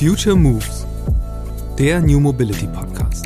Future Moves, der New Mobility Podcast.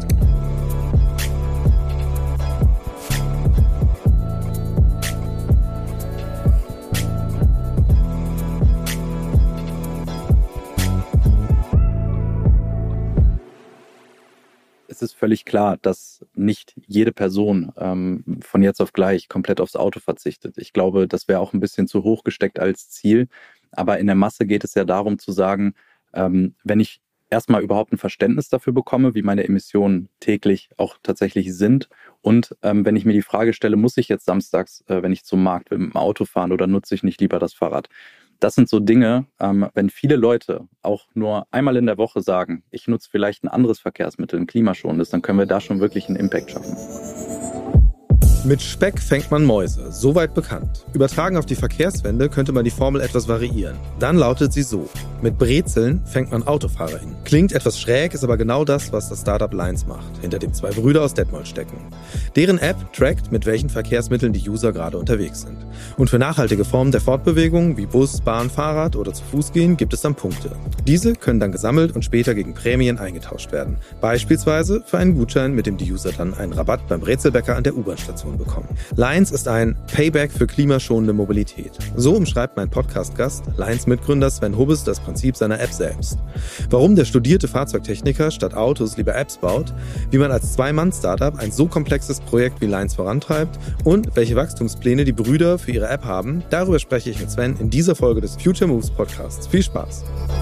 Es ist völlig klar, dass nicht jede Person von jetzt auf gleich komplett aufs Auto verzichtet. Ich glaube, das wäre auch ein bisschen zu hoch gesteckt als Ziel. Aber in der Masse geht es ja darum zu sagen, wenn ich erstmal überhaupt ein Verständnis dafür bekomme, wie meine Emissionen täglich auch tatsächlich sind und wenn ich mir die Frage stelle, muss ich jetzt samstags, wenn ich zum Markt will, mit dem Auto fahren oder nutze ich nicht lieber das Fahrrad? Das sind so Dinge, wenn viele Leute auch nur einmal in der Woche sagen, ich nutze vielleicht ein anderes Verkehrsmittel, ein klimaschonendes, dann können wir da schon wirklich einen Impact schaffen. Mit Speck fängt man Mäuse, soweit bekannt. Übertragen auf die Verkehrswende könnte man die Formel etwas variieren. Dann lautet sie so: Mit Brezeln fängt man AutofahrerInnen. Klingt etwas schräg, ist aber genau das, was das Startup Lines macht, hinter dem zwei Brüder aus Detmold stecken. Deren App trackt, mit welchen Verkehrsmitteln die User gerade unterwegs sind. Und für nachhaltige Formen der Fortbewegung, wie Bus, Bahn, Fahrrad oder zu Fuß gehen, gibt es dann Punkte. Diese können dann gesammelt und später gegen Prämien eingetauscht werden. Beispielsweise für einen Gutschein, mit dem die User dann einen Rabatt beim Brezelbäcker an der U-Bahn-Station bekommen. Lines ist ein Payback für klimaschonende Mobilität. So umschreibt mein Podcast-Gast, Lines-Mitgründer Sven Hubbes, das Prinzip seiner App selbst. Warum der studierte Fahrzeugtechniker statt Autos lieber Apps baut, wie man als Zwei-Mann-Startup ein so komplexes Projekt wie Lines vorantreibt und welche Wachstumspläne die Brüder für ihre App haben, darüber spreche ich mit Sven in dieser Folge des Future Moves Podcasts. Viel Spaß!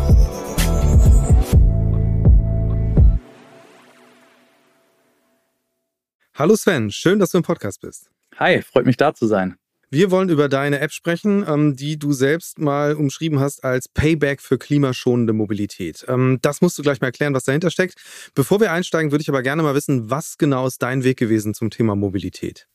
Hallo Sven, schön, dass du im Podcast bist. Hi, freut mich da zu sein. Wir wollen über deine App sprechen, die du selbst mal umschrieben hast als Payback für klimaschonende Mobilität. Das musst du gleich mal erklären, was dahinter steckt. Bevor wir einsteigen, würde ich aber gerne mal wissen, was genau ist dein Weg gewesen zum Thema Mobilität?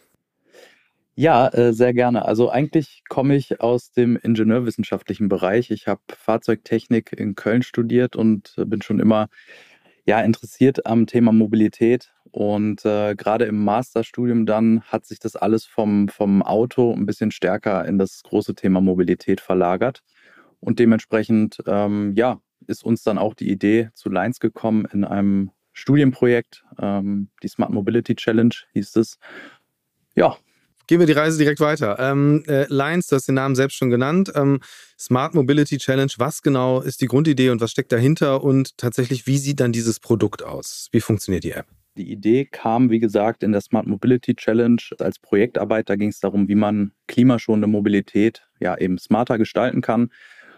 Ja, sehr gerne. Also eigentlich komme ich aus dem ingenieurwissenschaftlichen Bereich. Ich habe Fahrzeugtechnik in Köln studiert und bin schon immer interessiert am Thema Mobilität. Und gerade im Masterstudium dann hat sich das alles vom Auto ein bisschen stärker in das große Thema Mobilität verlagert. Und dementsprechend ist uns dann auch die Idee zu Lines gekommen in einem Studienprojekt. Die Smart Mobility Challenge hieß es. Ja. Gehen wir die Reise direkt weiter. Lines, du hast den Namen selbst schon genannt. Smart Mobility Challenge, was genau ist die Grundidee und was steckt dahinter? Und tatsächlich, wie sieht dann dieses Produkt aus? Wie funktioniert die App? Die Idee kam, wie gesagt, in der Smart Mobility Challenge als Projektarbeit. Da ging es darum, wie man klimaschonende Mobilität eben smarter gestalten kann.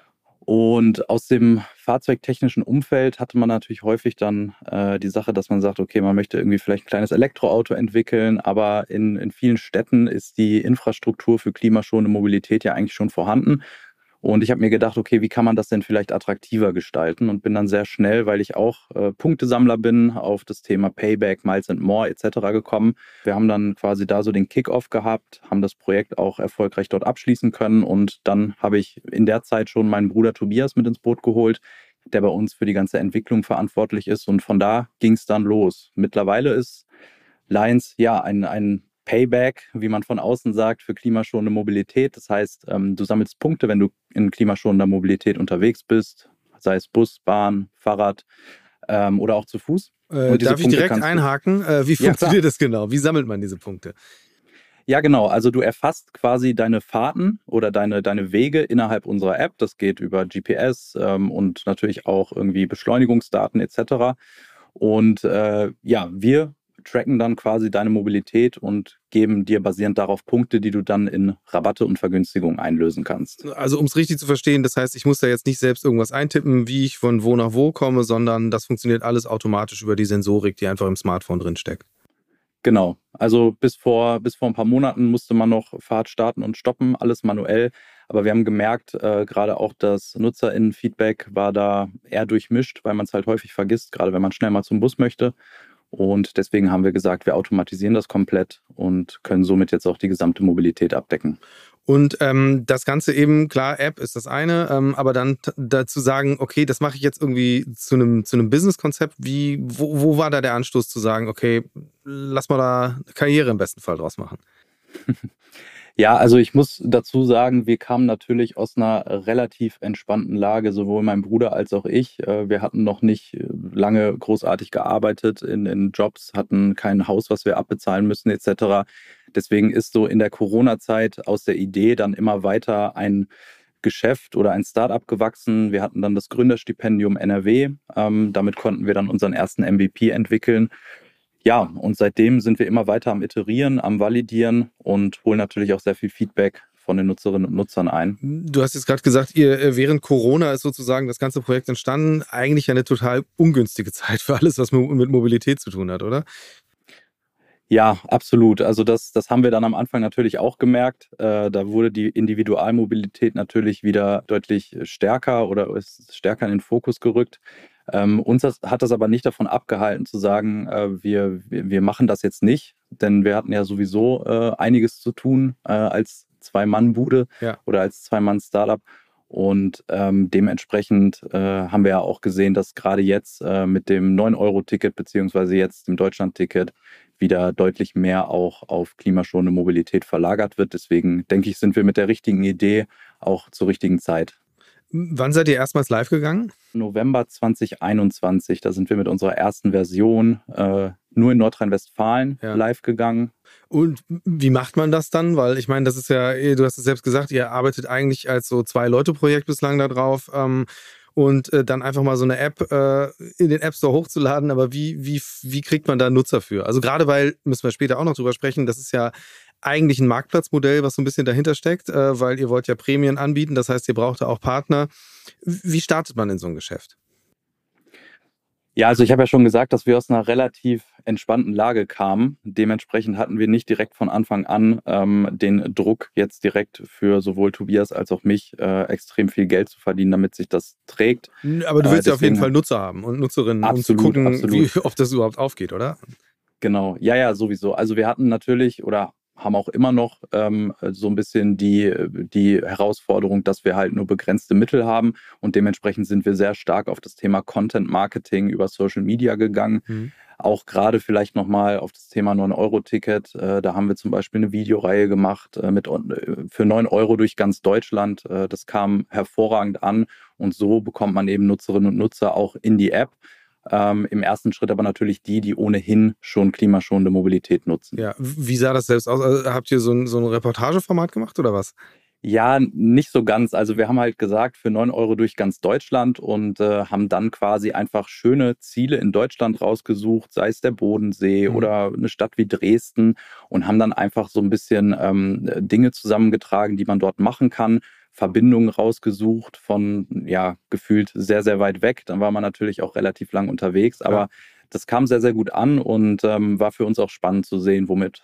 Und aus dem fahrzeugtechnischen Umfeld hatte man natürlich häufig dann die Sache, dass man sagt, okay, man möchte irgendwie vielleicht ein kleines Elektroauto entwickeln, aber in vielen Städten ist die Infrastruktur für klimaschonende Mobilität ja eigentlich schon vorhanden. Und ich habe mir gedacht, okay, wie kann man das denn vielleicht attraktiver gestalten? Und bin dann sehr schnell, weil ich auch Punktesammler bin, auf das Thema Payback, Miles and More etc. gekommen. Wir haben dann quasi da so den Kick-Off gehabt, haben das Projekt auch erfolgreich dort abschließen können. Und dann habe ich in der Zeit schon meinen Bruder Tobias mit ins Boot geholt, der bei uns für die ganze Entwicklung verantwortlich ist. Und von da ging es dann los. Mittlerweile ist Lines ein Payback, wie man von außen sagt, für klimaschonende Mobilität. Das heißt, du sammelst Punkte, wenn du in klimaschonender Mobilität unterwegs bist, sei es Bus, Bahn, Fahrrad oder auch zu Fuß. Darf ich direkt einhaken? Wie funktioniert das genau? Wie sammelt man diese Punkte? Ja, genau. Also du erfasst quasi deine Fahrten oder deine Wege innerhalb unserer App. Das geht über GPS und natürlich auch irgendwie Beschleunigungsdaten etc. Und wir tracken dann quasi deine Mobilität und geben dir basierend darauf Punkte, die du dann in Rabatte und Vergünstigungen einlösen kannst. Also um es richtig zu verstehen, das heißt, ich muss da jetzt nicht selbst irgendwas eintippen, wie ich von wo nach wo komme, sondern das funktioniert alles automatisch über die Sensorik, die einfach im Smartphone drin steckt. Genau. Also bis vor ein paar Monaten musste man noch Fahrt starten und stoppen, alles manuell. Aber wir haben gemerkt, gerade auch das NutzerInnen-Feedback war da eher durchmischt, weil man es halt häufig vergisst, gerade wenn man schnell mal zum Bus möchte. Und deswegen haben wir gesagt, wir automatisieren das komplett und können somit jetzt auch die gesamte Mobilität abdecken. Und das Ganze eben, klar, App ist das eine, aber dann dazu sagen, okay, das mache ich jetzt irgendwie zu einem Business-Konzept. Wo war da der Anstoß zu sagen, okay, lass mal da Karriere im besten Fall draus machen? Ja, also ich muss dazu sagen, wir kamen natürlich aus einer relativ entspannten Lage, sowohl mein Bruder als auch ich. Wir hatten noch nicht lange großartig gearbeitet in Jobs, hatten kein Haus, was wir abbezahlen müssen etc. Deswegen ist so in der Corona-Zeit aus der Idee dann immer weiter ein Geschäft oder ein Startup gewachsen. Wir hatten dann das Gründerstipendium NRW. Damit konnten wir dann unseren ersten MVP entwickeln. Ja, und seitdem sind wir immer weiter am Iterieren, am Validieren und holen natürlich auch sehr viel Feedback von den Nutzerinnen und Nutzern ein. Du hast jetzt gerade gesagt, ihr während Corona ist sozusagen das ganze Projekt entstanden. Eigentlich eine total ungünstige Zeit für alles, was mit Mobilität zu tun hat, oder? Ja, absolut. Also das haben wir dann am Anfang natürlich auch gemerkt. Da wurde die Individualmobilität natürlich wieder deutlich stärker oder ist stärker in den Fokus gerückt. Hat das aber nicht davon abgehalten zu sagen, wir machen das jetzt nicht, denn wir hatten ja sowieso einiges zu tun als Zwei-Mann-Bude oder als Zwei-Mann-Startup. Und dementsprechend haben wir ja auch gesehen, dass gerade jetzt mit dem 9-Euro-Ticket beziehungsweise jetzt dem Deutschland-Ticket wieder deutlich mehr auch auf klimaschonende Mobilität verlagert wird. Deswegen denke ich, sind wir mit der richtigen Idee auch zur richtigen Zeit. Wann seid ihr erstmals live gegangen? November 2021, da sind wir mit unserer ersten Version nur in Nordrhein-Westfalen live gegangen. Und wie macht man das dann? Weil ich meine, das ist ja, du hast es selbst gesagt, ihr arbeitet eigentlich als so 2-Leute-Projekt bislang da drauf. Und dann einfach mal so eine App in den App Store hochzuladen. Aber wie kriegt man da Nutzer für? Also gerade weil, müssen wir später auch noch drüber sprechen, das ist ja eigentlich ein Marktplatzmodell, was so ein bisschen dahinter steckt, weil ihr wollt ja Prämien anbieten. Das heißt, ihr braucht da auch Partner. Wie startet man in so ein Geschäft? Ja, also ich habe ja schon gesagt, dass wir aus einer relativ entspannten Lage kamen. Dementsprechend hatten wir nicht direkt von Anfang an den Druck, jetzt direkt für sowohl Tobias als auch mich extrem viel Geld zu verdienen, damit sich das trägt. Aber du willst ja auf jeden Fall Nutzer haben und Nutzerinnen, absolut, um zu gucken, wie oft das überhaupt aufgeht, oder? Genau, ja, sowieso. Also wir hatten natürlich oder haben auch immer noch so ein bisschen die Herausforderung, dass wir halt nur begrenzte Mittel haben und dementsprechend sind wir sehr stark auf das Thema Content Marketing über Social Media gegangen. Auch gerade vielleicht nochmal auf das Thema 9-Euro-Ticket. Da haben wir zum Beispiel eine Videoreihe gemacht für 9 Euro durch ganz Deutschland. Das kam hervorragend an und so bekommt man eben Nutzerinnen und Nutzer auch in die App. Im ersten Schritt aber natürlich die ohnehin schon klimaschonende Mobilität nutzen. Ja, wie sah das selbst aus? Also, habt ihr so ein Reportageformat gemacht oder was? Ja, nicht so ganz. Also wir haben halt gesagt, für 9 Euro durch ganz Deutschland und haben dann quasi einfach schöne Ziele in Deutschland rausgesucht, sei es der Bodensee oder eine Stadt wie Dresden und haben dann einfach so ein bisschen Dinge zusammengetragen, die man dort machen kann. Verbindungen rausgesucht von, gefühlt sehr, sehr weit weg. Dann war man natürlich auch relativ lang unterwegs, aber das kam sehr, sehr gut an und war für uns auch spannend zu sehen,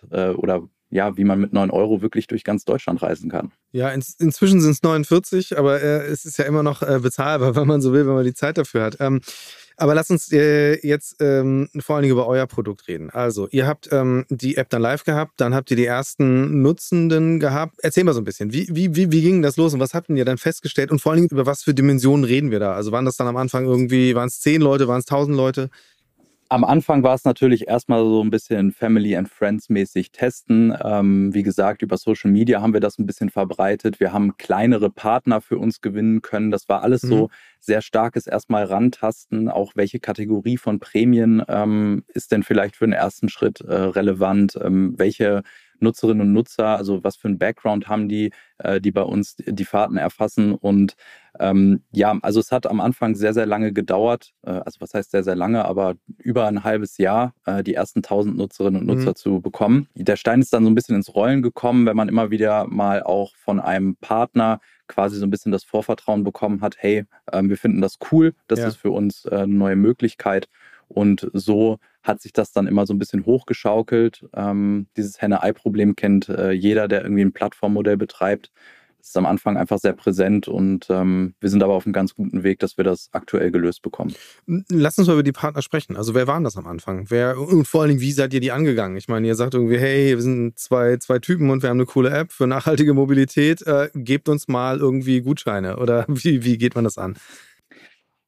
wie man mit 9 Euro wirklich durch ganz Deutschland reisen kann. Ja, inzwischen sind es 49, aber es ist ja immer noch bezahlbar, wenn man so will, wenn man die Zeit dafür hat. Aber lass uns jetzt vor allen Dingen über euer Produkt reden. Also, ihr habt die App dann live gehabt, dann habt ihr die ersten Nutzenden gehabt. Erzähl mal so ein bisschen, wie ging das los und was habt ihr dann festgestellt? Und vor allen Dingen, über was für Dimensionen reden wir da? Also, waren das dann am Anfang waren es 10 Leute, waren es 1000 Leute? Am Anfang war es natürlich erstmal so ein bisschen Family and Friends mäßig testen. Wie gesagt, über Social Media haben wir das ein bisschen verbreitet. Wir haben kleinere Partner für uns gewinnen können. Das war alles so sehr starkes erstmal rantasten. Auch welche Kategorie von Prämien ist denn vielleicht für den ersten Schritt relevant? Welche Nutzerinnen und Nutzer, also was für ein Background haben die bei uns die Fahrten erfassen und also es hat am Anfang sehr, sehr lange gedauert, also was heißt sehr, sehr lange, aber über ein halbes Jahr die ersten 1000 Nutzerinnen und Nutzer zu bekommen. Der Stein ist dann so ein bisschen ins Rollen gekommen, wenn man immer wieder mal auch von einem Partner quasi so ein bisschen das Vorvertrauen bekommen hat, hey, wir finden das cool, das ist für uns eine neue Möglichkeit. Und so hat sich das dann immer so ein bisschen hochgeschaukelt. Dieses Henne-Ei-Problem kennt jeder, der irgendwie ein Plattformmodell betreibt. Das ist am Anfang einfach sehr präsent und wir sind aber auf einem ganz guten Weg, dass wir das aktuell gelöst bekommen. Lass uns mal über die Partner sprechen. Also wer waren das am Anfang? Und vor allen Dingen, wie seid ihr die angegangen? Ich meine, ihr sagt irgendwie, hey, wir sind zwei Typen und wir haben eine coole App für nachhaltige Mobilität. Gebt uns mal irgendwie Gutscheine oder wie geht man das an?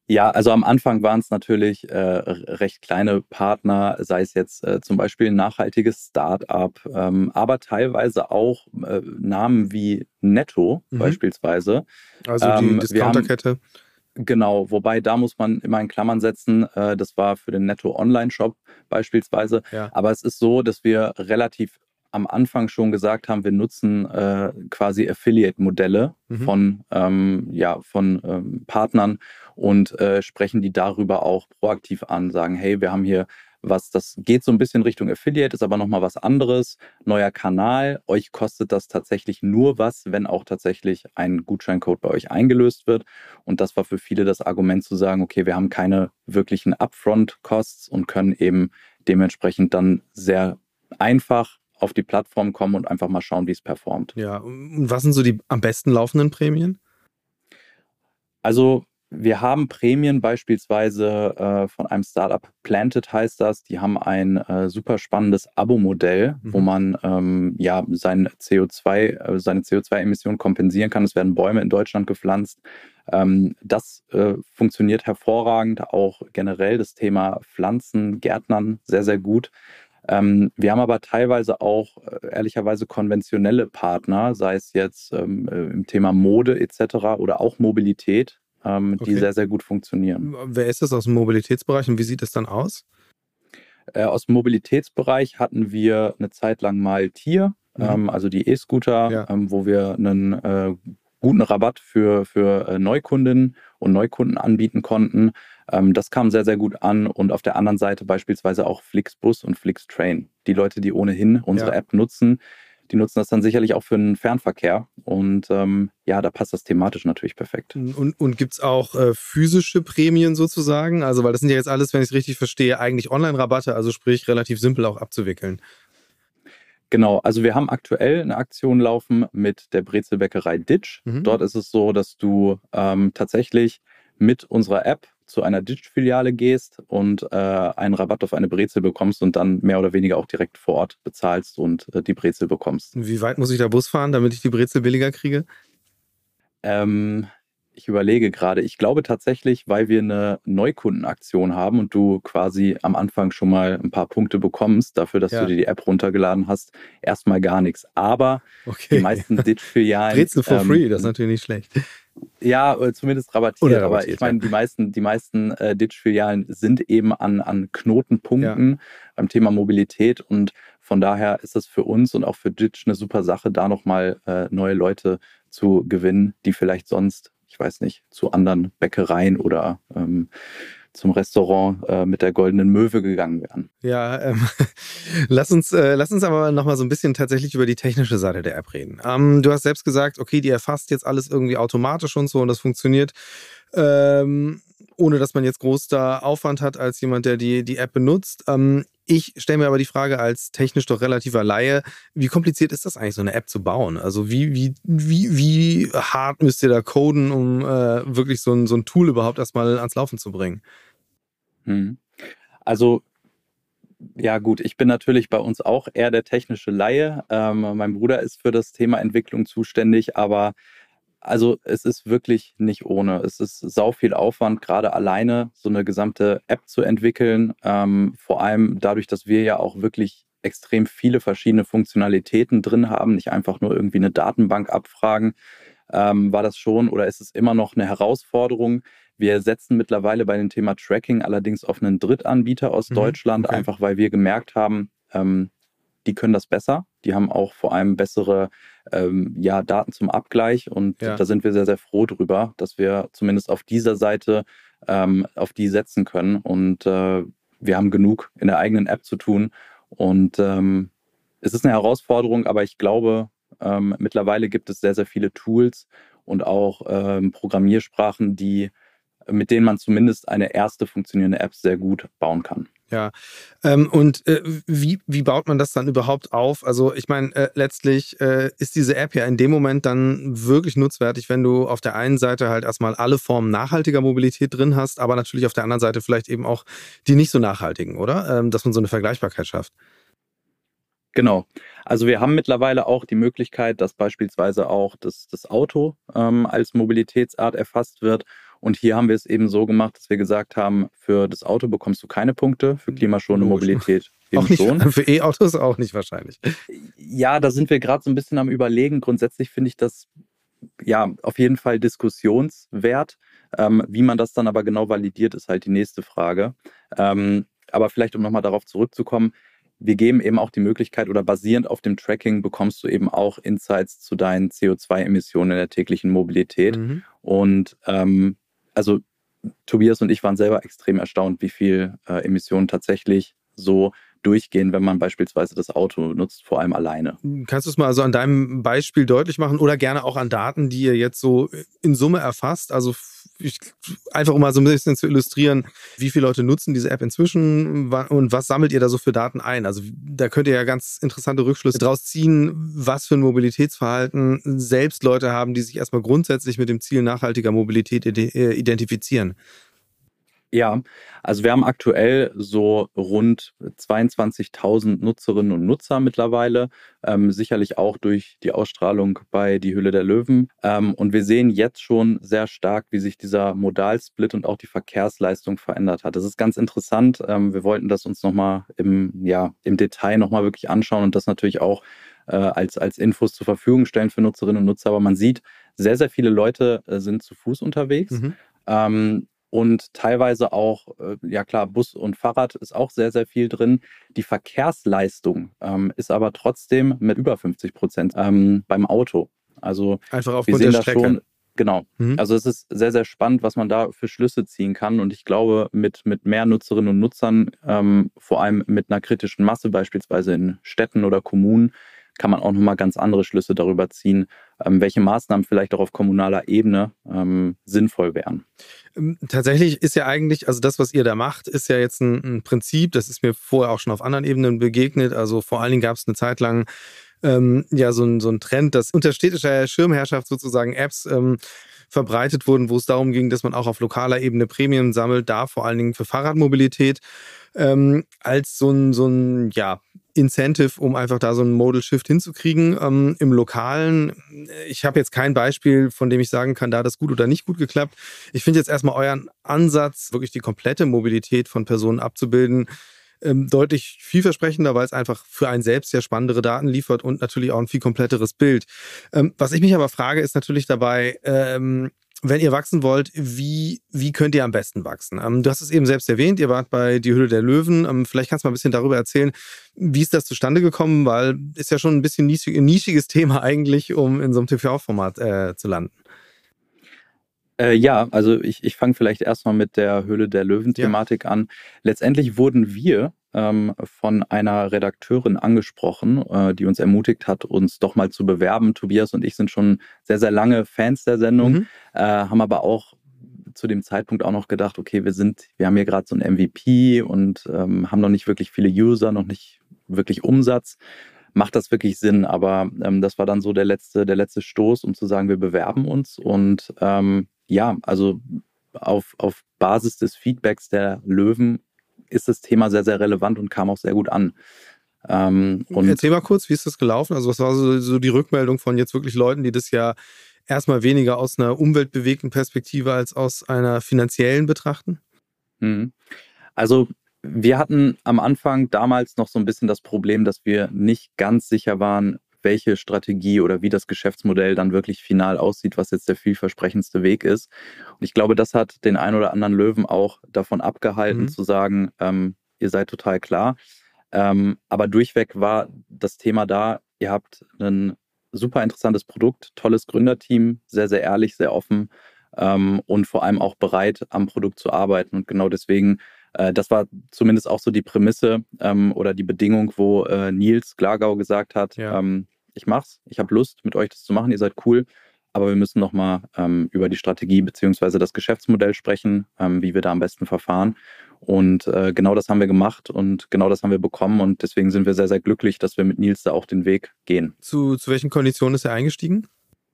Ja, also am Anfang waren es natürlich recht kleine Partner, sei es jetzt zum Beispiel ein nachhaltiges Start-up, aber teilweise auch Namen wie Netto Mhm. beispielsweise. Also die Wir haben Discounterkette. Genau, wobei da muss man immer in Klammern setzen, das war für den Netto Online-Shop beispielsweise. Ja. Aber es ist so, dass wir relativ am Anfang schon gesagt haben, wir nutzen quasi Affiliate-Modelle Mhm. von Partnern und sprechen die darüber auch proaktiv an, sagen, hey, wir haben hier was, das geht so ein bisschen Richtung Affiliate, ist aber nochmal was anderes, neuer Kanal, euch kostet das tatsächlich nur was, wenn auch tatsächlich ein Gutscheincode bei euch eingelöst wird. Und das war für viele das Argument zu sagen, okay, wir haben keine wirklichen Upfront-Costs und können eben dementsprechend dann sehr einfach auf die Plattform kommen und einfach mal schauen, wie es performt. Ja. Und was sind so die am besten laufenden Prämien? Also wir haben Prämien beispielsweise von einem Startup, Planted heißt das. Die haben ein super spannendes Abo-Modell, wo Mhm. man seine CO2-Emissionen kompensieren kann. Es werden Bäume in Deutschland gepflanzt. Das funktioniert hervorragend. Auch generell das Thema Pflanzen, Gärtnern sehr, sehr gut. Wir haben aber teilweise auch ehrlicherweise konventionelle Partner, sei es jetzt im Thema Mode etc. oder auch Mobilität, die Okay. sehr, sehr gut funktionieren. Wer ist das aus dem Mobilitätsbereich und wie sieht es dann aus? Aus dem Mobilitätsbereich hatten wir eine Zeit lang mal Tier, Mhm. also die E-Scooter, Ja. wo wir einen guten Rabatt für Neukundinnen und Neukunden anbieten konnten. Das kam sehr, sehr gut an. Und auf der anderen Seite beispielsweise auch Flixbus und Flixtrain. Die Leute, die ohnehin unsere Ja. App nutzen, die nutzen das dann sicherlich auch für den Fernverkehr. Und ja, da passt das thematisch natürlich perfekt. Und gibt es auch physische Prämien sozusagen? Also, weil das sind ja jetzt alles, wenn ich es richtig verstehe, eigentlich Online-Rabatte, also sprich relativ simpel auch abzuwickeln. Genau, also wir haben aktuell eine Aktion laufen mit der Brezelbäckerei Ditch. Mhm. Dort ist es so, dass du tatsächlich mit unserer App zu einer Ditch-Filiale gehst und einen Rabatt auf eine Brezel bekommst und dann mehr oder weniger auch direkt vor Ort bezahlst und die Brezel bekommst. Wie weit muss ich da Bus fahren, damit ich die Brezel billiger kriege? Ähm, Ich überlege gerade. Ich glaube tatsächlich, weil wir eine Neukundenaktion haben und du quasi am Anfang schon mal ein paar Punkte bekommst, dafür, dass du Ja, dir die App runtergeladen hast, erstmal gar nichts. Aber die okay. meisten Ditch-Filialen, Brezel for free, das ist natürlich nicht schlecht. ja, zumindest Oder rabattiert. Aber ich rabattiert, ja. meine, die meisten Ditch-Filialen sind eben an Ja. Knotenpunkten beim Thema Mobilität. Und von daher ist es für uns und auch für Ditch eine super Sache, da nochmal neue Leute zu gewinnen, die vielleicht sonst, ich weiß nicht, zu anderen Bäckereien oder zum Restaurant mit der Goldenen Möwe gegangen wären. Ja, lass uns aber noch mal so ein bisschen tatsächlich über die technische Seite der App reden. Du hast selbst gesagt, okay, die erfasst jetzt alles irgendwie automatisch und so und das funktioniert, ohne dass man jetzt groß da Aufwand hat als jemand, der die App benutzt. Ich stelle mir aber die Frage als technisch doch relativer Laie, wie kompliziert ist das eigentlich, so eine App zu bauen? Also wie hart müsst ihr da coden, um wirklich so ein Tool überhaupt erstmal ans Laufen zu bringen? Hm. Also ja gut, ich bin natürlich bei uns auch eher der technische Laie. Mein Bruder ist für das Thema Entwicklung zuständig, aber also es ist wirklich nicht ohne. Es ist sau viel Aufwand, gerade alleine so eine gesamte App zu entwickeln. Vor allem dadurch, dass wir ja auch wirklich extrem viele verschiedene Funktionalitäten drin haben, nicht einfach nur irgendwie eine Datenbank abfragen, war das schon oder ist es immer noch eine Herausforderung. Wir setzen mittlerweile bei dem Thema Tracking allerdings auf einen Drittanbieter aus Mhm, Deutschland, okay. einfach weil wir gemerkt haben, die können das besser. Die haben auch vor allem bessere Daten zum Abgleich und Ja. da sind wir sehr, sehr froh drüber, dass wir zumindest auf dieser Seite auf die setzen können und wir haben genug in der eigenen App zu tun und es ist eine Herausforderung, aber ich glaube, mittlerweile gibt es sehr, sehr viele Tools und auch Programmiersprachen, mit denen man zumindest eine erste funktionierende App sehr gut bauen kann. Ja, und wie baut man das dann überhaupt auf? Also ich meine, letztlich ist diese App ja in dem Moment dann wirklich nutzwertig, wenn du auf der einen Seite halt erstmal alle Formen nachhaltiger Mobilität drin hast, aber natürlich auf der anderen Seite vielleicht eben auch die nicht so nachhaltigen, oder? Dass man so eine Vergleichbarkeit schafft. Genau. Also wir haben mittlerweile auch die Möglichkeit, dass beispielsweise auch das Auto als Mobilitätsart erfasst wird Und hier haben wir es eben so gemacht, dass wir gesagt haben, für das Auto bekommst du keine Punkte, für klimaschonende Mobilität eben auch nicht, schon. Für E-Autos auch nicht wahrscheinlich. Ja, da sind wir gerade so ein bisschen am Überlegen. Grundsätzlich finde ich das ja auf jeden Fall diskussionswert. Wie man das dann aber genau validiert, ist halt die nächste Frage. Aber vielleicht, um nochmal darauf zurückzukommen, wir geben eben auch die Möglichkeit oder basierend auf dem Tracking bekommst du eben auch Insights zu deinen CO2-Emissionen in der täglichen Mobilität. Und also Tobias und ich waren selber extrem erstaunt, wie viel Emissionen tatsächlich so durchgehen, wenn man beispielsweise das Auto nutzt, vor allem alleine. Kannst du es mal also an deinem Beispiel deutlich machen oder gerne auch an Daten, die ihr jetzt so in Summe erfasst? Also einfach um mal so ein bisschen zu illustrieren, wie viele Leute nutzen diese App inzwischen und was sammelt ihr da so für Daten ein? Also da könnt ihr ja ganz interessante Rückschlüsse draus ziehen, was für ein Mobilitätsverhalten selbst Leute haben, die sich erstmal grundsätzlich mit dem Ziel nachhaltiger Mobilität identifizieren. Ja, also wir haben aktuell so rund 22.000 Nutzerinnen und Nutzer mittlerweile, sicherlich auch durch die Ausstrahlung bei Die Höhle der Löwen. Und wir sehen jetzt schon sehr stark, wie sich dieser Modalsplit und auch die Verkehrsleistung verändert hat. Das ist ganz interessant. Wir wollten das uns nochmal im Detail nochmal wirklich anschauen und das natürlich auch als Infos zur Verfügung stellen für Nutzerinnen und Nutzer. Aber man sieht, sehr, sehr viele Leute sind zu Fuß unterwegs. Und teilweise auch, ja klar, Bus und Fahrrad ist auch sehr, sehr viel drin. Die Verkehrsleistung ist aber trotzdem mit über 50% beim Auto. Also einfach aufgrund der Strecke. Schon, genau. Also es ist sehr, sehr spannend, was man da für Schlüsse ziehen kann. Und ich glaube, mit mehr Nutzerinnen und Nutzern, vor allem mit einer kritischen Masse, beispielsweise in Städten oder Kommunen, kann man auch nochmal ganz andere Schlüsse darüber ziehen, welche Maßnahmen vielleicht auch auf kommunaler Ebene sinnvoll wären. Tatsächlich ist ja eigentlich, also das, was ihr da macht, ist ja jetzt ein Prinzip, das ist mir vorher auch schon auf anderen Ebenen begegnet. Also vor allen Dingen gab es eine Zeit lang so ein Trend, dass unter städtischer Schirmherrschaft sozusagen Apps verbreitet wurden, wo es darum ging, dass man auch auf lokaler Ebene Prämien sammelt, da vor allen Dingen für Fahrradmobilität, als so ein Incentive, um einfach da so einen Modal Shift hinzukriegen. Im Lokalen, ich habe jetzt kein Beispiel, von dem ich sagen kann, da hat das gut oder nicht gut geklappt. Ich finde jetzt erstmal euren Ansatz, wirklich die komplette Mobilität von Personen abzubilden, deutlich vielversprechender, weil es einfach für einen selbst ja spannendere Daten liefert und natürlich auch ein viel kompletteres Bild. Was ich mich aber frage, ist natürlich dabei, wenn ihr wachsen wollt, wie könnt ihr am besten wachsen? Du hast es eben selbst erwähnt, ihr wart bei Die Höhle der Löwen. Vielleicht kannst du mal ein bisschen darüber erzählen, wie ist das zustande gekommen, weil ist ja schon ein bisschen ein nischiges Thema eigentlich, um in so einem TV-Format zu landen. Ja, also ich fange vielleicht erstmal mit der Höhle der Löwen-Thematik an. Letztendlich wurden wir von einer Redakteurin angesprochen, die uns ermutigt hat, uns doch mal zu bewerben. Tobias und ich sind schon sehr, sehr lange Fans der Sendung, haben aber auch zu dem Zeitpunkt auch noch gedacht, okay, wir haben hier gerade so ein MVP und haben noch nicht wirklich viele User, noch nicht wirklich Umsatz. Macht das wirklich Sinn? Aber das war dann so der letzte Stoß, um zu sagen, wir bewerben uns. Und also auf Basis des Feedbacks der Löwen ist das Thema sehr, sehr relevant und kam auch sehr gut an. Und erzähl mal kurz, wie ist das gelaufen? Also was war so die Rückmeldung von jetzt wirklich Leuten, die das ja erstmal weniger aus einer umweltbewegten Perspektive als aus einer finanziellen betrachten? Also wir hatten am Anfang damals noch so ein bisschen das Problem, dass wir nicht ganz sicher waren, welche Strategie oder wie das Geschäftsmodell dann wirklich final aussieht, was jetzt der vielversprechendste Weg ist. Und ich glaube, das hat den einen oder anderen Löwen auch davon abgehalten, zu sagen, ihr seid total klar. Aber durchweg war das Thema da, ihr habt ein super interessantes Produkt, tolles Gründerteam, sehr, sehr ehrlich, sehr offen und vor allem auch bereit, am Produkt zu arbeiten. Und genau deswegen, das war zumindest auch so die Prämisse oder die Bedingung, wo Nils Glagau gesagt hat, ich mach's, ich habe Lust, mit euch das zu machen, ihr seid cool, aber wir müssen nochmal über die Strategie bzw. das Geschäftsmodell sprechen, wie wir da am besten verfahren. Und genau das haben wir gemacht und genau das haben wir bekommen und deswegen sind wir sehr, sehr glücklich, dass wir mit Nils da auch den Weg gehen. Zu welchen Konditionen ist er eingestiegen?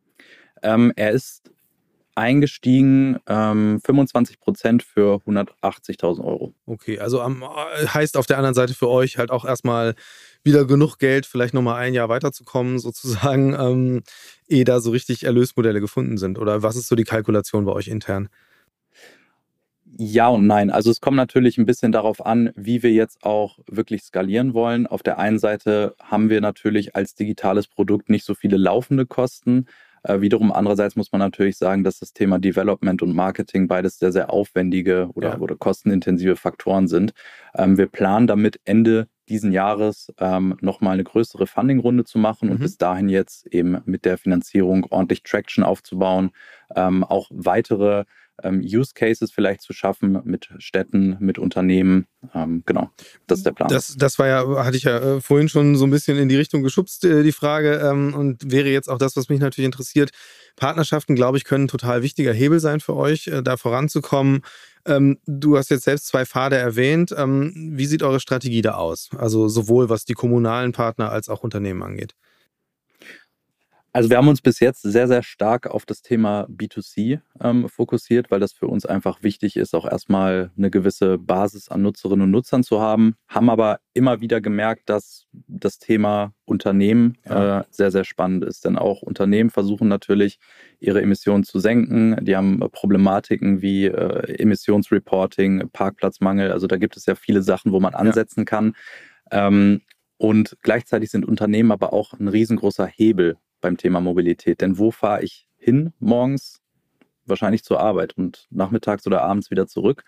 Er ist eingestiegen 25% für 180.000 Euro. Okay, also heißt auf der anderen Seite für euch halt auch erstmal wieder genug Geld, vielleicht nochmal ein Jahr weiterzukommen sozusagen, ehe da so richtig Erlösmodelle gefunden sind. Oder was ist so die Kalkulation bei euch intern? Ja und nein. Also es kommt natürlich ein bisschen darauf an, wie wir jetzt auch wirklich skalieren wollen. Auf der einen Seite haben wir natürlich als digitales Produkt nicht so viele laufende Kosten. Wiederum andererseits muss man natürlich sagen, dass das Thema Development und Marketing beides sehr, sehr aufwendige oder kostenintensive Faktoren sind. Wir planen damit Ende diesen Jahres nochmal eine größere Funding-Runde zu machen und bis dahin jetzt eben mit der Finanzierung ordentlich Traction aufzubauen, auch weitere Use Cases vielleicht zu schaffen mit Städten, mit Unternehmen. Genau, das ist der Plan. Das war ja, hatte ich ja vorhin schon so ein bisschen in die Richtung geschubst, die Frage, und wäre jetzt auch das, was mich natürlich interessiert. Partnerschaften, glaube ich, können ein total wichtiger Hebel sein für euch, da voranzukommen. Du hast jetzt selbst 2 Pfade erwähnt. Wie sieht eure Strategie da aus? Also sowohl was die kommunalen Partner als auch Unternehmen angeht. Also wir haben uns bis jetzt sehr, sehr stark auf das Thema B2C fokussiert, weil das für uns einfach wichtig ist, auch erstmal eine gewisse Basis an Nutzerinnen und Nutzern zu haben, haben aber immer wieder gemerkt, dass das Thema Unternehmen sehr, sehr spannend ist. Denn auch Unternehmen versuchen natürlich, ihre Emissionen zu senken. Die haben Problematiken wie Emissionsreporting, Parkplatzmangel. Also da gibt es ja viele Sachen, wo man ansetzen kann. Und gleichzeitig sind Unternehmen aber auch ein riesengroßer Hebel beim Thema Mobilität. Denn wo fahre ich hin morgens? Wahrscheinlich zur Arbeit und nachmittags oder abends wieder zurück.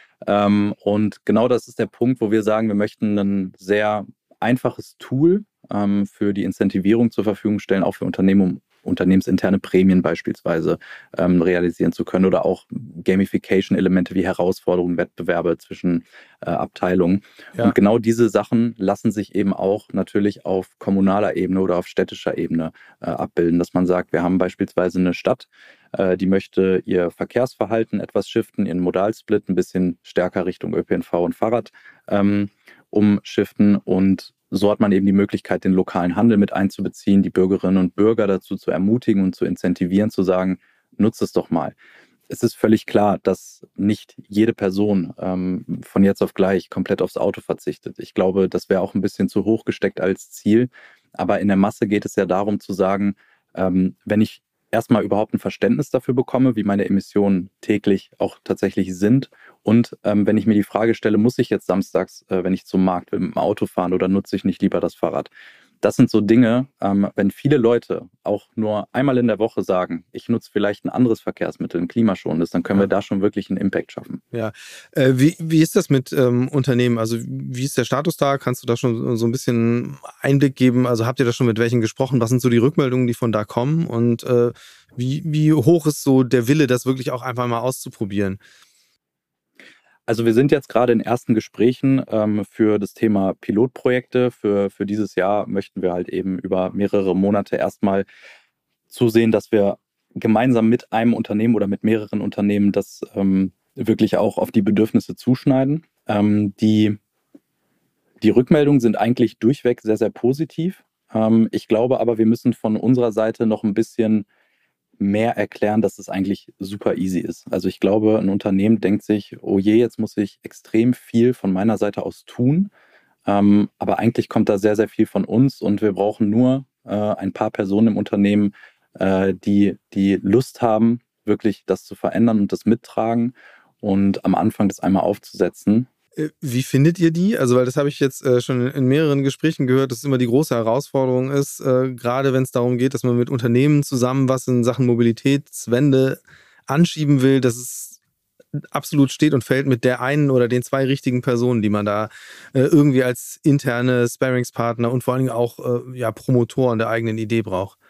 Und genau das ist der Punkt, wo wir sagen, wir möchten ein sehr einfaches Tool für die Incentivierung zur Verfügung stellen, auch für Unternehmen, um unternehmensinterne Prämien beispielsweise realisieren zu können oder auch Gamification-Elemente wie Herausforderungen, Wettbewerbe zwischen Abteilungen. Ja. Und genau diese Sachen lassen sich eben auch natürlich auf kommunaler Ebene oder auf städtischer Ebene abbilden, dass man sagt, wir haben beispielsweise eine Stadt, die möchte ihr Verkehrsverhalten etwas shiften, ihren Modalsplit ein bisschen stärker Richtung ÖPNV und Fahrrad umschiften und so hat man eben die Möglichkeit, den lokalen Handel mit einzubeziehen, die Bürgerinnen und Bürger dazu zu ermutigen und zu incentivieren, zu sagen, nutzt es doch mal. Es ist völlig klar, dass nicht jede Person von jetzt auf gleich komplett aufs Auto verzichtet. Ich glaube, das wäre auch ein bisschen zu hoch gesteckt als Ziel. Aber in der Masse geht es ja darum zu sagen, wenn ich erstmal überhaupt ein Verständnis dafür bekomme, wie meine Emissionen täglich auch tatsächlich sind. Und wenn ich mir die Frage stelle, muss ich jetzt samstags, wenn ich zum Markt will, mit dem Auto fahren oder nutze ich nicht lieber das Fahrrad? Das sind so Dinge, wenn viele Leute auch nur einmal in der Woche sagen, ich nutze vielleicht ein anderes Verkehrsmittel, ein klimaschonendes, dann können wir da schon wirklich einen Impact schaffen. Ja, wie ist das mit Unternehmen? Also wie ist der Status da? Kannst du da schon so ein bisschen Einblick geben? Also habt ihr da schon mit welchen gesprochen? Was sind so die Rückmeldungen, die von da kommen? Und wie hoch ist so der Wille, das wirklich auch einfach mal auszuprobieren? Also wir sind jetzt gerade in ersten Gesprächen für das Thema Pilotprojekte. Für dieses Jahr möchten wir halt eben über mehrere Monate erstmal zusehen, dass wir gemeinsam mit einem Unternehmen oder mit mehreren Unternehmen das wirklich auch auf die Bedürfnisse zuschneiden. Die Rückmeldungen sind eigentlich durchweg sehr, sehr positiv. Ich glaube aber, wir müssen von unserer Seite noch ein bisschen mehr erklären, dass es eigentlich super easy ist. Also ich glaube, ein Unternehmen denkt sich, oh je, jetzt muss ich extrem viel von meiner Seite aus tun. Aber eigentlich kommt da sehr, sehr viel von uns und wir brauchen nur ein paar Personen im Unternehmen, die Lust haben, wirklich das zu verändern und das mittragen und am Anfang das einmal aufzusetzen. Wie findet ihr die? Also, weil das habe ich jetzt schon in mehreren Gesprächen gehört, dass es immer die große Herausforderung ist, gerade wenn es darum geht, dass man mit Unternehmen zusammen was in Sachen Mobilitätswende anschieben will, dass es absolut steht und fällt mit der einen oder den 2 richtigen Personen, die man da irgendwie als interne Sparringspartner und vor allen Dingen auch Promotoren der eigenen Idee braucht.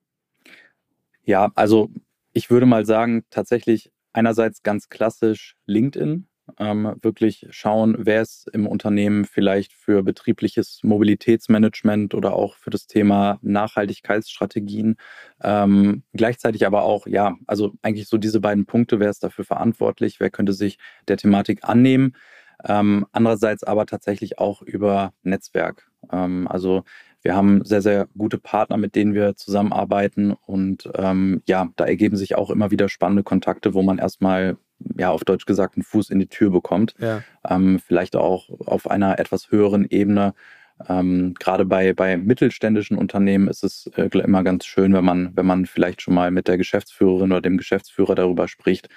Ja, also ich würde mal sagen, tatsächlich einerseits ganz klassisch LinkedIn. Wirklich schauen, wer ist im Unternehmen vielleicht für betriebliches Mobilitätsmanagement oder auch für das Thema Nachhaltigkeitsstrategien. Gleichzeitig aber auch, ja, also eigentlich so diese beiden Punkte, wer ist dafür verantwortlich, wer könnte sich der Thematik annehmen. Andererseits aber tatsächlich auch über Netzwerk. Also wir haben sehr, sehr gute Partner, mit denen wir zusammenarbeiten und da ergeben sich auch immer wieder spannende Kontakte, wo man erstmal auf Deutsch gesagt, einen Fuß in die Tür bekommt. Ja. Vielleicht auch auf einer etwas höheren Ebene. Gerade bei mittelständischen Unternehmen ist es immer ganz schön, wenn man vielleicht schon mal mit der Geschäftsführerin oder dem Geschäftsführer darüber spricht,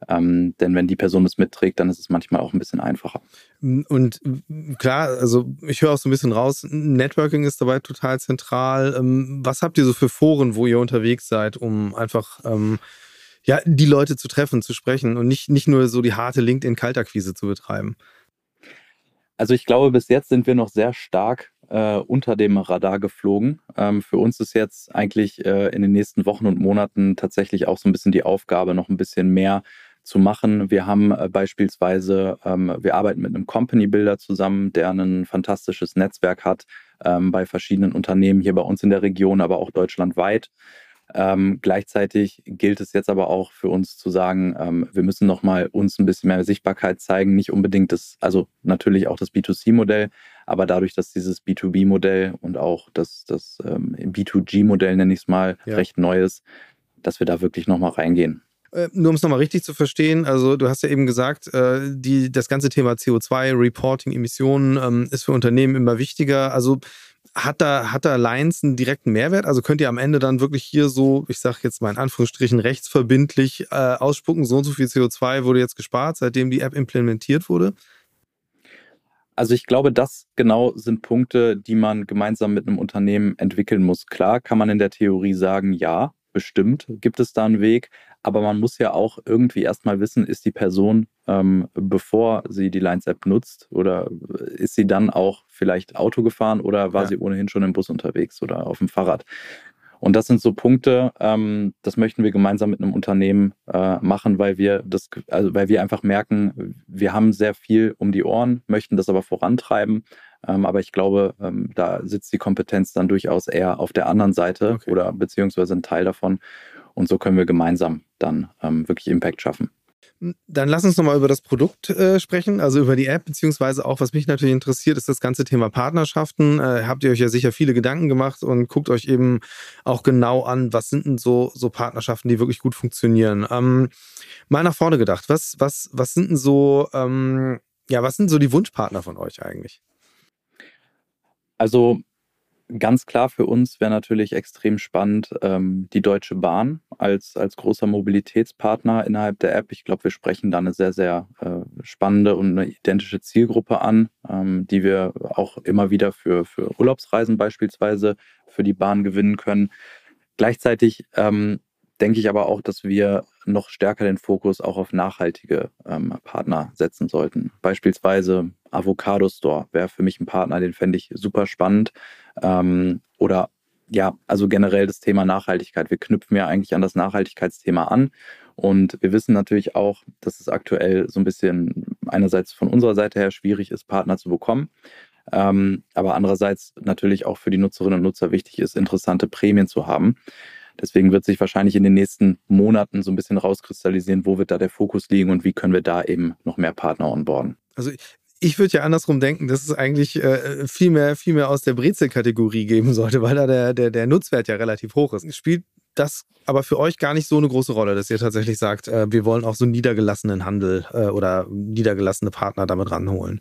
Denn wenn die Person es mitträgt, dann ist es manchmal auch ein bisschen einfacher. Und klar, also ich höre auch so ein bisschen raus, Networking ist dabei total zentral. Was habt ihr so für Foren, wo ihr unterwegs seid, um einfach die Leute zu treffen, zu sprechen und nicht nur so die harte LinkedIn-Kaltakquise zu betreiben? Also ich glaube, bis jetzt sind wir noch sehr stark unter dem Radar geflogen. Für uns ist jetzt eigentlich in den nächsten Wochen und Monaten tatsächlich auch so ein bisschen die Aufgabe, noch ein bisschen mehr zu machen. Wir haben beispielsweise, wir arbeiten mit einem Company Builder zusammen, der ein fantastisches Netzwerk hat bei verschiedenen Unternehmen hier bei uns in der Region, aber auch deutschlandweit. Gleichzeitig gilt es jetzt aber auch für uns zu sagen, wir müssen nochmal uns ein bisschen mehr Sichtbarkeit zeigen, nicht unbedingt also natürlich auch das B2C-Modell, aber dadurch, dass dieses B2B-Modell und auch das B2G-Modell, nenne ich es mal, recht neu ist, dass wir da wirklich nochmal reingehen. Nur um es nochmal richtig zu verstehen, also du hast ja eben gesagt, das ganze Thema CO2, Reporting, Emissionen ist für Unternehmen immer wichtiger. Also hat da Allianz einen direkten Mehrwert? Also könnt ihr am Ende dann wirklich hier so, ich sage jetzt mal in Anführungsstrichen, rechtsverbindlich ausspucken, so und so viel CO2 wurde jetzt gespart, seitdem die App implementiert wurde? Also ich glaube, das genau sind Punkte, die man gemeinsam mit einem Unternehmen entwickeln muss. Klar kann man in der Theorie sagen, ja, bestimmt gibt es da einen Weg, aber man muss ja auch irgendwie erstmal wissen, ist die Person, bevor sie die Lines-App nutzt, oder ist sie dann auch vielleicht Auto gefahren oder war sie ohnehin schon im Bus unterwegs oder auf dem Fahrrad? Und das sind so Punkte, das möchten wir gemeinsam mit einem Unternehmen machen, weil wir einfach merken, wir haben sehr viel um die Ohren, möchten das aber vorantreiben. Aber ich glaube, da sitzt die Kompetenz dann durchaus eher auf der anderen Seite oder beziehungsweise ein Teil davon. Und so können wir gemeinsam dann wirklich Impact schaffen. Dann lass uns nochmal über das Produkt sprechen, also über die App, beziehungsweise auch, was mich natürlich interessiert, ist das ganze Thema Partnerschaften. Habt ihr euch ja sicher viele Gedanken gemacht und guckt euch eben auch genau an, was sind denn so Partnerschaften, die wirklich gut funktionieren. Mal nach vorne gedacht, was sind denn so, was sind so die Wunschpartner von euch eigentlich? Also ganz klar für uns wäre natürlich extrem spannend die Deutsche Bahn als großer Mobilitätspartner innerhalb der App. Ich glaube, wir sprechen da eine sehr, sehr spannende und eine identische Zielgruppe an, die wir auch immer wieder für Urlaubsreisen beispielsweise für die Bahn gewinnen können. Gleichzeitig denke ich aber auch, dass wir noch stärker den Fokus auch auf nachhaltige Partner setzen sollten. Beispielsweise Avocado Store wäre für mich ein Partner, den fände ich super spannend. Oder ja, also generell das Thema Nachhaltigkeit. Wir knüpfen ja eigentlich an das Nachhaltigkeitsthema an. Und wir wissen natürlich auch, dass es aktuell so ein bisschen einerseits von unserer Seite her schwierig ist, Partner zu bekommen. Aber andererseits natürlich auch für die Nutzerinnen und Nutzer wichtig ist, interessante Prämien zu haben. Deswegen wird sich wahrscheinlich in den nächsten Monaten so ein bisschen rauskristallisieren, wo wird da der Fokus liegen und wie können wir da eben noch mehr Partner onboarden. Also ich würde ja andersrum denken, dass es eigentlich viel mehr aus der Brezel-Kategorie geben sollte, weil da der Nutzwert ja relativ hoch ist. Spielt das aber für euch gar nicht so eine große Rolle, dass ihr tatsächlich sagt, wir wollen auch so niedergelassenen Handel oder niedergelassene Partner damit ranholen?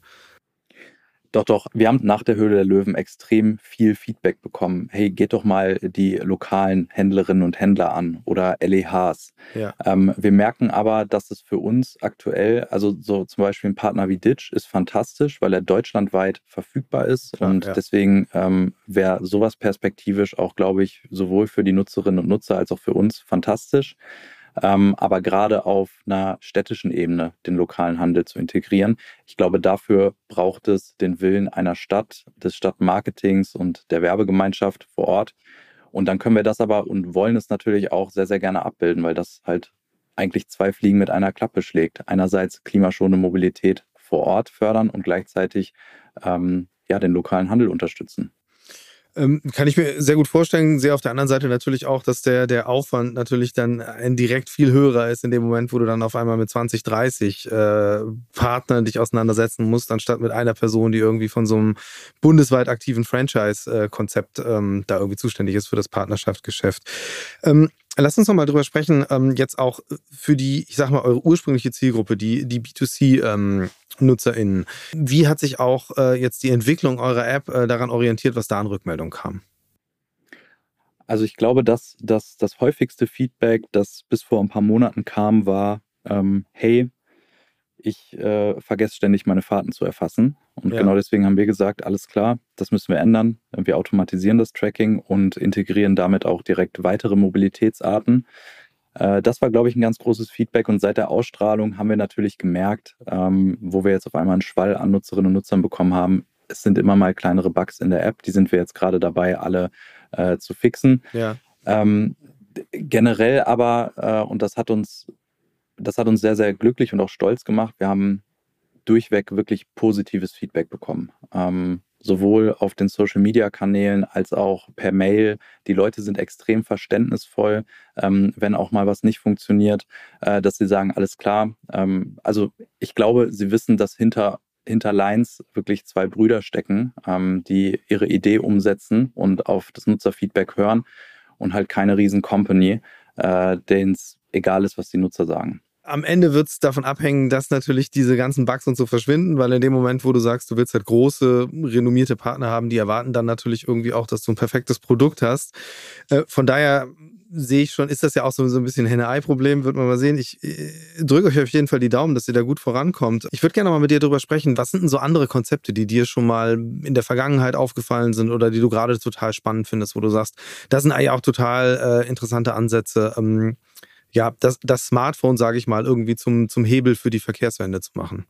Doch. Wir haben nach der Höhle der Löwen extrem viel Feedback bekommen. Hey, geht doch mal die lokalen Händlerinnen und Händler an oder LEHs. Ja. Wir merken aber, dass es für uns aktuell, also so zum Beispiel ein Partner wie Ditch ist fantastisch, weil er deutschlandweit verfügbar ist. Klar, und deswegen wäre sowas perspektivisch auch, glaube ich, sowohl für die Nutzerinnen und Nutzer als auch für uns fantastisch. Aber gerade auf einer städtischen Ebene den lokalen Handel zu integrieren. Ich glaube, dafür braucht es den Willen einer Stadt, des Stadtmarketings und der Werbegemeinschaft vor Ort. Und dann können wir das aber und wollen es natürlich auch sehr, sehr gerne abbilden, weil das halt eigentlich 2 Fliegen mit einer Klappe schlägt. Einerseits klimaschonende Mobilität vor Ort fördern und gleichzeitig den lokalen Handel unterstützen. Kann ich mir sehr gut vorstellen. Sehe auf der anderen Seite natürlich auch, dass der Aufwand natürlich dann direkt viel höherer ist in dem Moment, wo du dann auf einmal mit 20, 30 Partnern dich auseinandersetzen musst, anstatt mit einer Person, die irgendwie von so einem bundesweit aktiven Franchise-Konzept da irgendwie zuständig ist für das Partnerschaftsgeschäft. Lass uns noch mal drüber sprechen, jetzt auch für die, ich sag mal, eure ursprüngliche Zielgruppe, die B2C-NutzerInnen. Wie hat sich auch jetzt die Entwicklung eurer App daran orientiert, was da an Rückmeldungen kam? Also ich glaube, dass das häufigste Feedback, das bis vor ein paar Monaten kam, war, hey, ich vergesse ständig meine Fahrten zu erfassen. Und genau deswegen haben wir gesagt, alles klar, das müssen wir ändern. Wir automatisieren das Tracking und integrieren damit auch direkt weitere Mobilitätsarten. Das war, glaube ich, ein ganz großes Feedback. Und seit der Ausstrahlung haben wir natürlich gemerkt, wo wir jetzt auf einmal einen Schwall an Nutzerinnen und Nutzern bekommen haben, es sind immer mal kleinere Bugs in der App. Die sind wir jetzt gerade dabei, alle zu fixen. Ja. Generell aber, und das hat uns sehr, sehr glücklich und auch stolz gemacht. Wir haben durchweg wirklich positives Feedback bekommen. Sowohl auf den Social-Media-Kanälen als auch per Mail. Die Leute sind extrem verständnisvoll, wenn auch mal was nicht funktioniert, dass sie sagen, alles klar. Also ich glaube, sie wissen, dass hinter Lines wirklich zwei Brüder stecken, die ihre Idee umsetzen und auf das Nutzerfeedback hören und halt keine riesen Company, denen es egal ist, was die Nutzer sagen. Am Ende wird es davon abhängen, dass natürlich diese ganzen Bugs und so verschwinden, weil in dem Moment, wo du sagst, du willst halt große, renommierte Partner haben, die erwarten dann natürlich irgendwie auch, dass du ein perfektes Produkt hast. Von daher sehe ich schon, ist das ja auch so ein bisschen Henne-Ei-Problem, wird man mal sehen. Ich drücke euch auf jeden Fall die Daumen, dass ihr da gut vorankommt. Ich würde gerne mal mit dir drüber sprechen, was sind denn so andere Konzepte, die dir schon mal in der Vergangenheit aufgefallen sind oder die du gerade total spannend findest, wo du sagst, das sind eigentlich auch total interessante Ansätze, das Smartphone, sage ich mal, irgendwie zum Hebel für die Verkehrswende zu machen.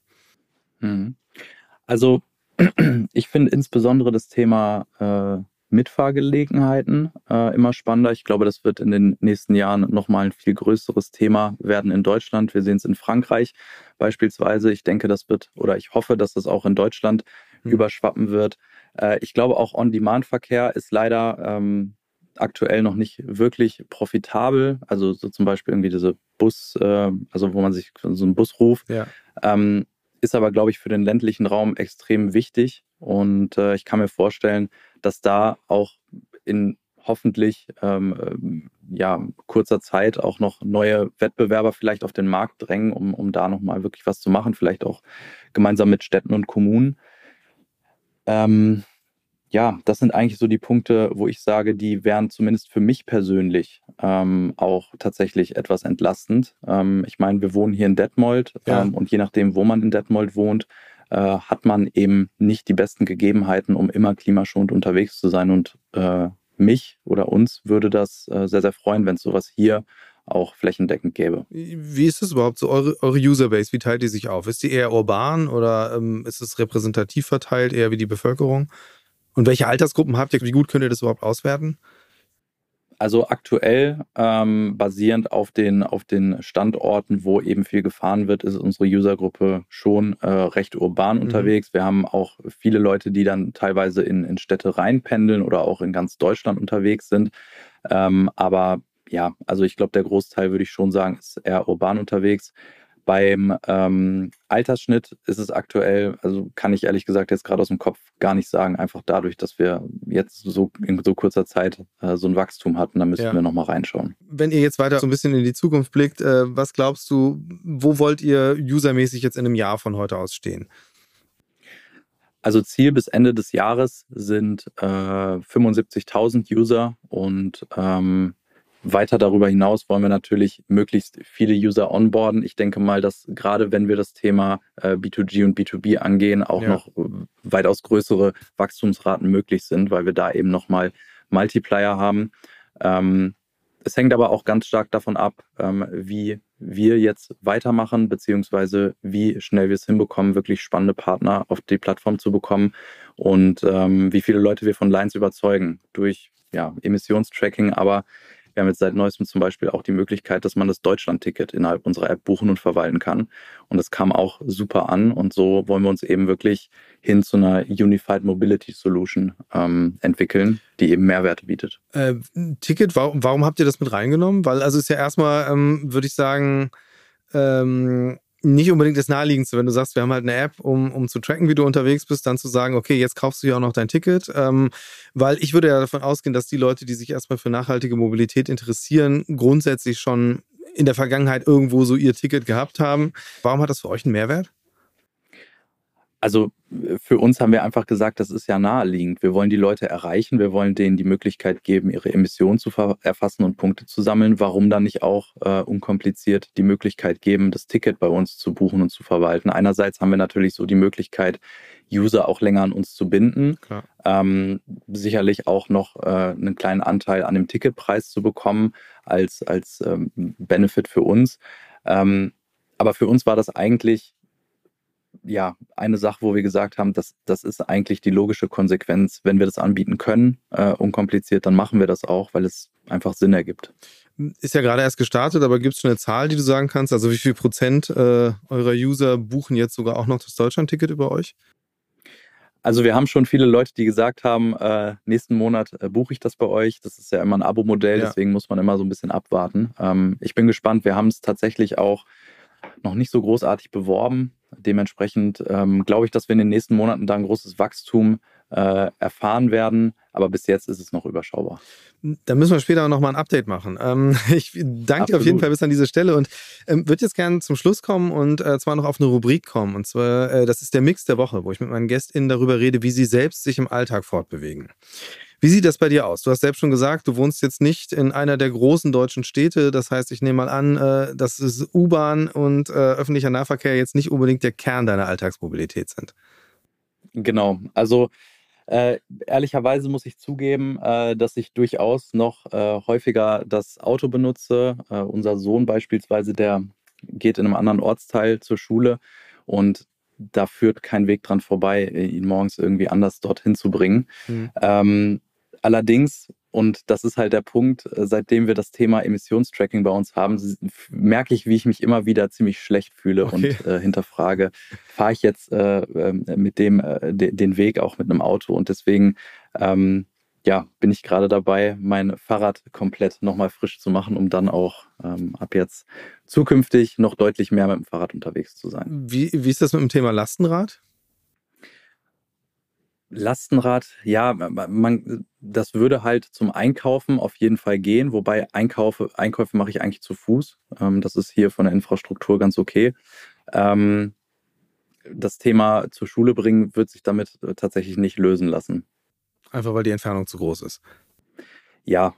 Also ich finde insbesondere das Thema Mitfahrgelegenheiten immer spannender. Ich glaube, das wird in den nächsten Jahren nochmal ein viel größeres Thema werden in Deutschland. Wir sehen es in Frankreich beispielsweise. Ich denke, ich hoffe, dass das auch in Deutschland überschwappen wird. Ich glaube, auch On-Demand-Verkehr ist leider aktuell noch nicht wirklich profitabel. Also so zum Beispiel irgendwie diese Bus, wo man sich so einen Bus ruft. Ja. Ist aber, glaube ich, für den ländlichen Raum extrem wichtig. Und ich kann mir vorstellen, dass da auch in hoffentlich kurzer Zeit auch noch neue Wettbewerber vielleicht auf den Markt drängen, um da nochmal wirklich was zu machen, vielleicht auch gemeinsam mit Städten und Kommunen. Das sind eigentlich so die Punkte, wo ich sage, die wären zumindest für mich persönlich auch tatsächlich etwas entlastend. Ich meine, wir wohnen hier in Detmold und je nachdem, wo man in Detmold wohnt, hat man eben nicht die besten Gegebenheiten, um immer klimaschonend unterwegs zu sein. Und mich oder uns würde das sehr, sehr freuen, wenn es sowas hier auch flächendeckend gäbe. Wie ist es überhaupt so, eure Userbase, wie teilt die sich auf? Ist die eher urban oder ist es repräsentativ verteilt, eher wie die Bevölkerung? Und welche Altersgruppen habt ihr? Wie gut könnt ihr das überhaupt auswerten? Also aktuell basierend auf den Standorten, wo eben viel gefahren wird, ist unsere Usergruppe schon recht urban unterwegs. Wir haben auch viele Leute, die dann teilweise in Städte reinpendeln oder auch in ganz Deutschland unterwegs sind. Aber ja, also ich glaube, der Großteil, würde ich schon sagen, ist eher urban unterwegs. Beim Altersschnitt ist es aktuell, also kann ich ehrlich gesagt jetzt gerade aus dem Kopf gar nicht sagen, einfach dadurch, dass wir jetzt in so kurzer Zeit so ein Wachstum hatten, da müssten wir nochmal reinschauen. Wenn ihr jetzt weiter so ein bisschen in die Zukunft blickt, was glaubst du, wo wollt ihr usermäßig jetzt in einem Jahr von heute aus stehen? Also Ziel bis Ende des Jahres sind 75.000 User und weiter darüber hinaus wollen wir natürlich möglichst viele User onboarden. Ich denke mal, dass gerade wenn wir das Thema B2G und B2B angehen, auch noch weitaus größere Wachstumsraten möglich sind, weil wir da eben nochmal Multiplier haben. Es hängt aber auch ganz stark davon ab, wie wir jetzt weitermachen, beziehungsweise wie schnell wir es hinbekommen, wirklich spannende Partner auf die Plattform zu bekommen und wie viele Leute wir von Lines überzeugen durch Emissionstracking, aber wir haben jetzt seit neuestem zum Beispiel auch die Möglichkeit, dass man das Deutschland-Ticket innerhalb unserer App buchen und verwalten kann. Und das kam auch super an. Und so wollen wir uns eben wirklich hin zu einer Unified Mobility Solution entwickeln, die eben Mehrwerte bietet. Ticket, warum habt ihr das mit reingenommen? Weil also ist ja erstmal, würde ich sagen, nicht unbedingt das Naheliegendste, wenn du sagst, wir haben halt eine App, um zu tracken, wie du unterwegs bist, dann zu sagen, okay, jetzt kaufst du ja auch noch dein Ticket, weil ich würde ja davon ausgehen, dass die Leute, die sich erstmal für nachhaltige Mobilität interessieren, grundsätzlich schon in der Vergangenheit irgendwo so ihr Ticket gehabt haben. Warum hat das für euch einen Mehrwert? Also für uns haben wir einfach gesagt, das ist ja naheliegend. Wir wollen die Leute erreichen, wir wollen denen die Möglichkeit geben, ihre Emissionen zu erfassen und Punkte zu sammeln. Warum dann nicht auch unkompliziert die Möglichkeit geben, das Ticket bei uns zu buchen und zu verwalten? Einerseits haben wir natürlich so die Möglichkeit, User auch länger an uns zu binden. Sicherlich auch noch einen kleinen Anteil an dem Ticketpreis zu bekommen als Benefit für uns. Aber für uns war das eigentlich eine Sache, wo wir gesagt haben, das ist eigentlich die logische Konsequenz. Wenn wir das anbieten können, unkompliziert, dann machen wir das auch, weil es einfach Sinn ergibt. Ist ja gerade erst gestartet, aber gibt es schon eine Zahl, die du sagen kannst? Also wie viel Prozent eurer User buchen jetzt sogar auch noch das Deutschland-Ticket über euch? Also wir haben schon viele Leute, die gesagt haben, nächsten Monat buche ich das bei euch. Das ist ja immer ein Abo-Modell, deswegen muss man immer so ein bisschen abwarten. Ich bin gespannt, wir haben es tatsächlich auch noch nicht so großartig beworben. Dementsprechend glaube ich, dass wir in den nächsten Monaten da ein großes Wachstum erfahren werden. Aber bis jetzt ist es noch überschaubar. Da müssen wir später noch mal ein Update machen. Ich danke dir auf jeden Fall bis an diese Stelle und würde jetzt gerne zum Schluss kommen und zwar noch auf eine Rubrik kommen. Und zwar, das ist der Mix der Woche, wo ich mit meinen GästInnen darüber rede, wie sie selbst sich im Alltag fortbewegen. Wie sieht das bei dir aus? Du hast selbst schon gesagt, du wohnst jetzt nicht in einer der großen deutschen Städte. Das heißt, ich nehme mal an, dass es U-Bahn und öffentlicher Nahverkehr jetzt nicht unbedingt der Kern deiner Alltagsmobilität sind. Genau. Also ehrlicherweise muss ich zugeben, dass ich durchaus noch häufiger das Auto benutze. Unser Sohn beispielsweise, der geht in einem anderen Ortsteil zur Schule und da führt kein Weg dran vorbei, ihn morgens irgendwie anders dorthin zu bringen. Allerdings, und das ist halt der Punkt, seitdem wir das Thema Emissionstracking bei uns haben, merke ich, wie ich mich immer wieder ziemlich schlecht fühle und hinterfrage, fahre ich jetzt mit den Weg auch mit einem Auto? Und deswegen bin ich gerade dabei, mein Fahrrad komplett nochmal frisch zu machen, um dann auch ab jetzt zukünftig noch deutlich mehr mit dem Fahrrad unterwegs zu sein. Wie ist das mit dem Thema Lastenrad? Lastenrad, ja, das würde halt zum Einkaufen auf jeden Fall gehen, wobei Einkäufe mache ich eigentlich zu Fuß. Das ist hier von der Infrastruktur ganz okay. Das Thema zur Schule bringen wird sich damit tatsächlich nicht lösen lassen. Einfach weil die Entfernung zu groß ist. Ja.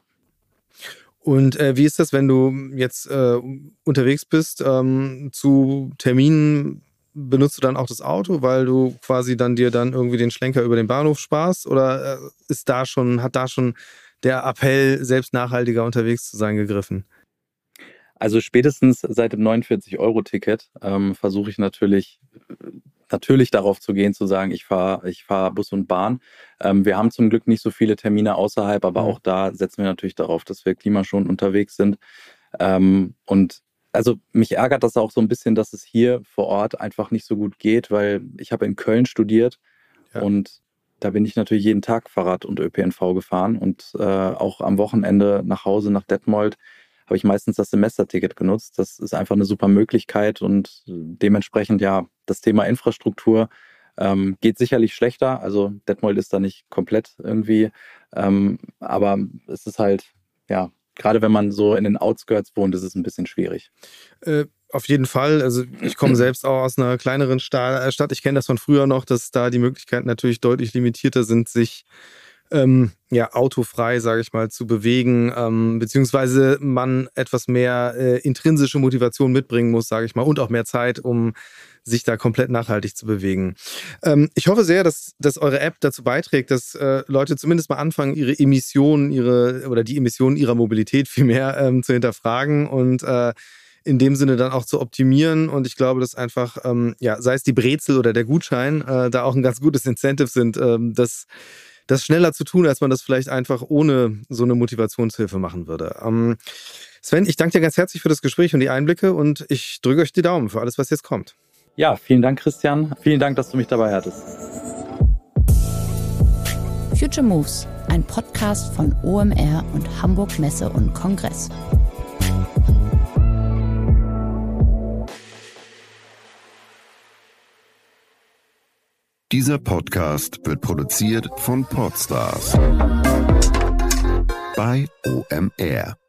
Und wie ist das, wenn du jetzt unterwegs bist zu Terminen? Benutzt du dann auch das Auto, weil du quasi dir dann irgendwie den Schlenker über den Bahnhof sparst? Oder hat da schon der Appell, selbst nachhaltiger unterwegs zu sein, gegriffen? Also spätestens seit dem 49-Euro-Ticket versuche ich natürlich darauf zu gehen, zu sagen, ich fahr Bus und Bahn. Wir haben zum Glück nicht so viele Termine außerhalb, aber auch da setzen wir natürlich darauf, dass wir klimaschonend unterwegs sind. Und also mich ärgert das auch so ein bisschen, dass es hier vor Ort einfach nicht so gut geht, weil ich habe in Köln studiert und da bin ich natürlich jeden Tag Fahrrad und ÖPNV gefahren und auch am Wochenende nach Hause nach Detmold habe ich meistens das Semesterticket genutzt. Das ist einfach eine super Möglichkeit und dementsprechend das Thema Infrastruktur geht sicherlich schlechter. Also Detmold ist da nicht komplett irgendwie, aber es ist halt, gerade wenn man so in den Outskirts wohnt, ist es ein bisschen schwierig. Auf jeden Fall. Also ich komme selbst auch aus einer kleineren Stadt. Ich kenne das von früher noch, dass da die Möglichkeiten natürlich deutlich limitierter sind, sich autofrei, sage ich mal, zu bewegen, beziehungsweise man etwas mehr intrinsische Motivation mitbringen muss, sage ich mal, und auch mehr Zeit, um sich da komplett nachhaltig zu bewegen. Ich hoffe sehr, dass eure App dazu beiträgt, dass Leute zumindest mal anfangen, die Emissionen ihrer Mobilität vielmehr zu hinterfragen und in dem Sinne dann auch zu optimieren. Und ich glaube, dass einfach, sei es die Brezel oder der Gutschein, da auch ein ganz gutes Incentive sind, das schneller zu tun, als man das vielleicht einfach ohne so eine Motivationshilfe machen würde. Sven, ich danke dir ganz herzlich für das Gespräch und die Einblicke und ich drücke euch die Daumen für alles, was jetzt kommt. Ja, vielen Dank, Christian. Vielen Dank, dass du mich dabei hattest. Future Moves, ein Podcast von OMR und Hamburg Messe und Kongress. Dieser Podcast wird produziert von Podstars bei OMR.